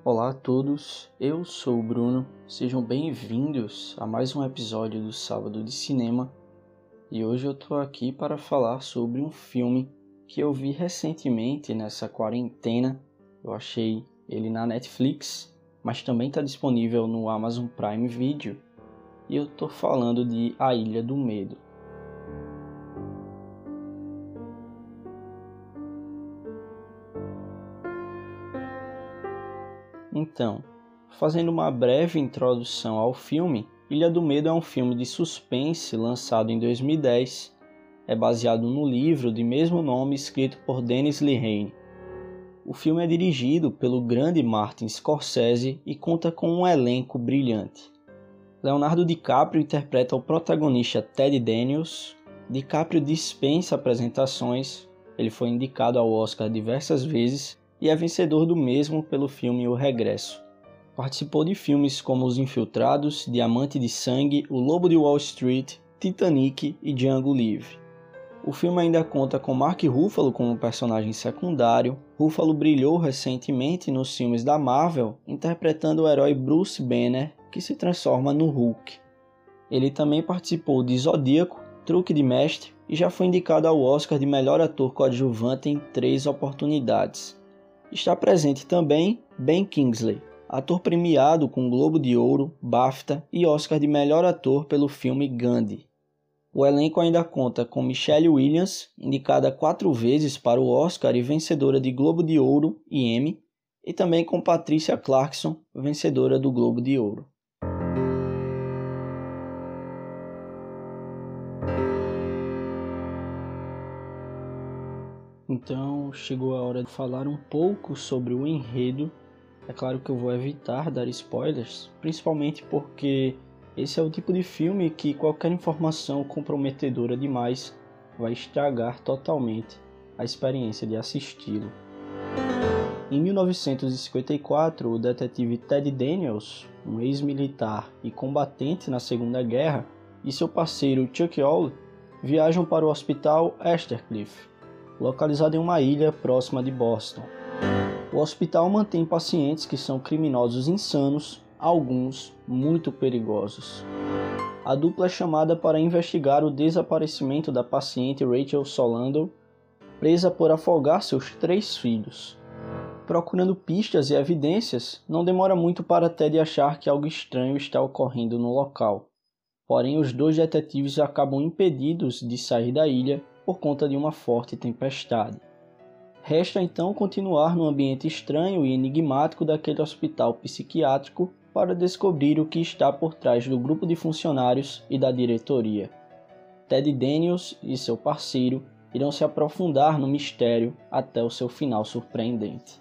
Olá a todos, eu sou o Bruno, sejam bem-vindos a mais um episódio do Sábado de Cinema e hoje eu tô aqui para falar sobre um filme que eu vi recentemente nessa quarentena. Eu achei ele na Netflix, mas também está disponível no Amazon Prime Video e eu tô falando de A Ilha do Medo. Então, fazendo uma breve introdução ao filme, Ilha do Medo é um filme de suspense lançado em 2010. É baseado no livro de mesmo nome escrito por Denis Lehane. O filme é dirigido pelo grande Martin Scorsese e conta com um elenco brilhante. Leonardo DiCaprio interpreta o protagonista Ted Daniels. DiCaprio dispensa apresentações, ele foi indicado ao Oscar diversas vezes e é vencedor do mesmo pelo filme O Regresso. Participou de filmes como Os Infiltrados, Diamante de Sangue, O Lobo de Wall Street, Titanic e Django Livre. O filme ainda conta com Mark Ruffalo como personagem secundário. Ruffalo brilhou recentemente nos filmes da Marvel, interpretando o herói Bruce Banner, que se transforma no Hulk. Ele também participou de Zodíaco, Truque de Mestre e já foi indicado ao Oscar de melhor ator coadjuvante em 3 oportunidades. Está presente também Ben Kingsley, ator premiado com Globo de Ouro, BAFTA e Oscar de melhor ator pelo filme Gandhi. O elenco ainda conta com Michelle Williams, indicada 4 vezes para o Oscar e vencedora de Globo de Ouro e Emmy, e também com Patricia Clarkson, vencedora do Globo de Ouro. Então chegou a hora de falar um pouco sobre o enredo. É claro que eu vou evitar dar spoilers, principalmente porque esse é o tipo de filme que qualquer informação comprometedora demais vai estragar totalmente a experiência de assisti-lo. Em 1954, o detetive Ted Daniels, um ex-militar e combatente na Segunda Guerra, e seu parceiro Chuck Oll viajam para o hospital Estercliff, localizado em uma ilha próxima de Boston. O hospital mantém pacientes que são criminosos insanos, alguns muito perigosos. A dupla é chamada para investigar o desaparecimento da paciente Rachel Solando, presa por afogar seus 3 filhos. Procurando pistas e evidências, não demora muito para Ted achar que algo estranho está ocorrendo no local. Porém, os 2 detetives acabam impedidos de sair da ilha por conta de uma forte tempestade. Resta então continuar no ambiente estranho e enigmático daquele hospital psiquiátrico para descobrir o que está por trás do grupo de funcionários e da diretoria. Ted Daniels e seu parceiro irão se aprofundar no mistério até o seu final surpreendente.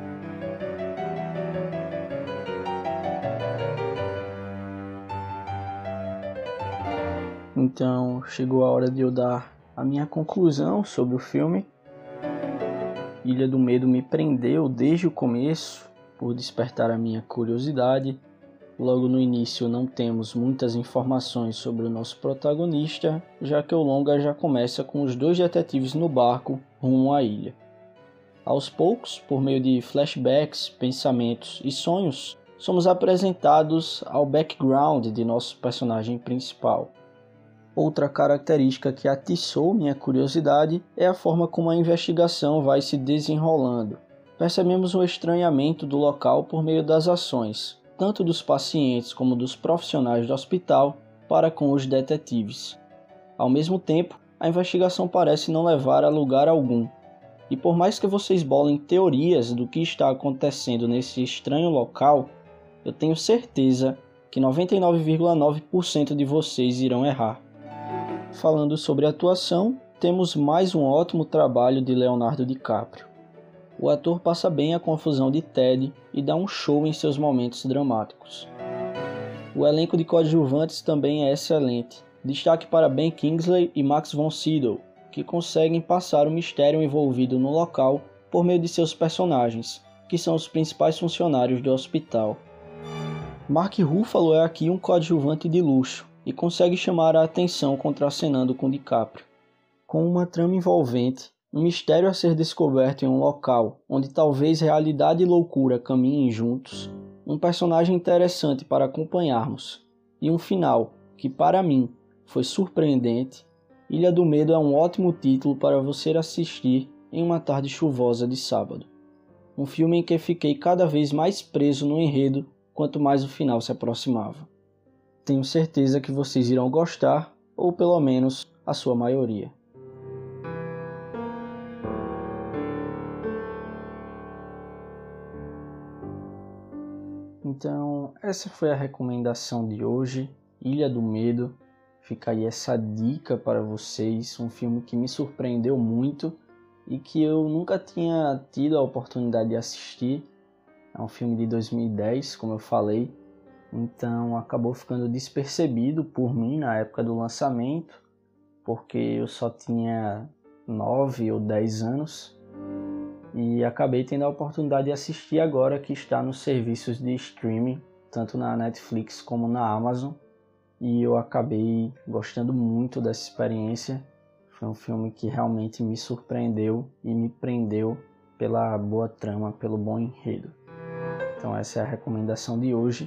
Então chegou a hora de eu dar a minha conclusão sobre o filme. Ilha do Medo me prendeu desde o começo, por despertar a minha curiosidade. Logo no início não temos muitas informações sobre o nosso protagonista, já que o longa já começa com os 2 detetives no barco rumo à ilha. Aos poucos, por meio de flashbacks, pensamentos e sonhos, somos apresentados ao background de nosso personagem principal. Outra característica que atiçou minha curiosidade é a forma como a investigação vai se desenrolando. Percebemos o estranhamento do local por meio das ações, tanto dos pacientes como dos profissionais do hospital, para com os detetives. Ao mesmo tempo, a investigação parece não levar a lugar algum. E por mais que vocês bolem teorias do que está acontecendo nesse estranho local, eu tenho certeza que 99,9% de vocês irão errar. Falando sobre atuação, temos mais um ótimo trabalho de Leonardo DiCaprio. O ator passa bem a confusão de Ted e dá um show em seus momentos dramáticos. O elenco de coadjuvantes também é excelente. Destaque para Ben Kingsley e Max von Sydow, que conseguem passar o mistério envolvido no local por meio de seus personagens, que são os principais funcionários do hospital. Mark Ruffalo é aqui um coadjuvante de luxo e consegue chamar a atenção contracenando com DiCaprio. Com uma trama envolvente, Um mistério a ser descoberto em um local onde talvez realidade e loucura caminhem juntos, um personagem interessante para acompanharmos e um final que, para mim, foi surpreendente. Ilha do Medo é um ótimo título para você assistir em uma tarde chuvosa de sábado. Um filme em que fiquei cada vez mais preso no enredo quanto mais o final se aproximava. Tenho certeza que vocês irão gostar, ou pelo menos a sua maioria. Então, essa foi a recomendação de hoje, Ilha do Medo. Fica aí essa dica para vocês, um filme que me surpreendeu muito e que eu nunca tinha tido a oportunidade de assistir. É um filme de 2010, como eu falei, então acabou ficando despercebido por mim na época do lançamento, porque eu só tinha 9 ou 10 anos. E acabei tendo a oportunidade de assistir agora que está nos serviços de streaming, tanto na Netflix como na Amazon. E eu acabei gostando muito dessa experiência. Foi um filme que realmente me surpreendeu e me prendeu pela boa trama, pelo bom enredo. Então essa é a recomendação de hoje.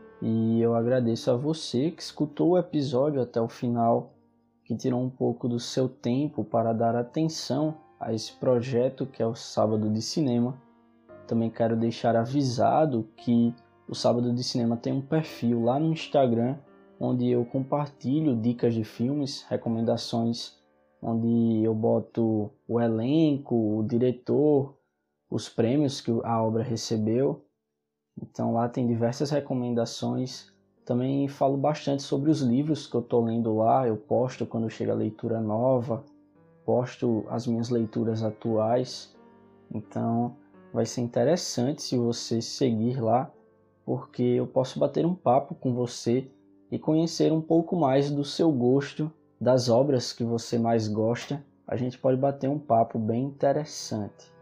E eu agradeço a você que escutou o episódio até o final, que tirou um pouco do seu tempo para dar atenção a esse projeto que é o Sábado de Cinema. Também quero deixar avisado que o Sábado de Cinema tem um perfil lá no Instagram, onde eu compartilho dicas de filmes, recomendações, onde eu boto o elenco, o diretor, os prêmios que a obra recebeu. Então lá tem diversas recomendações. Também falo bastante sobre os livros que eu estou lendo lá, eu posto quando chega a leitura nova, posto as minhas leituras atuais. Então vai ser interessante se você seguir lá, porque eu posso bater um papo com você e conhecer um pouco mais do seu gosto, das obras que você mais gosta. A gente pode bater um papo bem interessante.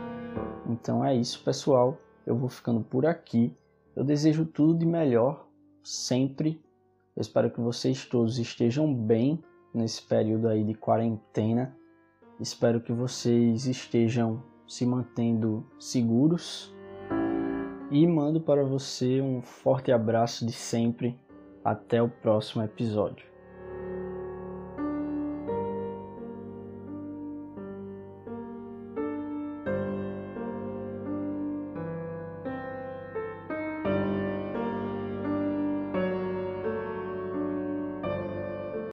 Então é isso, pessoal. Eu vou ficando por aqui. Eu desejo tudo de melhor sempre. Eu espero que vocês todos estejam bem nesse período aí de quarentena. Espero que vocês estejam se mantendo seguros. E mando para você um forte abraço de sempre. Até o próximo episódio.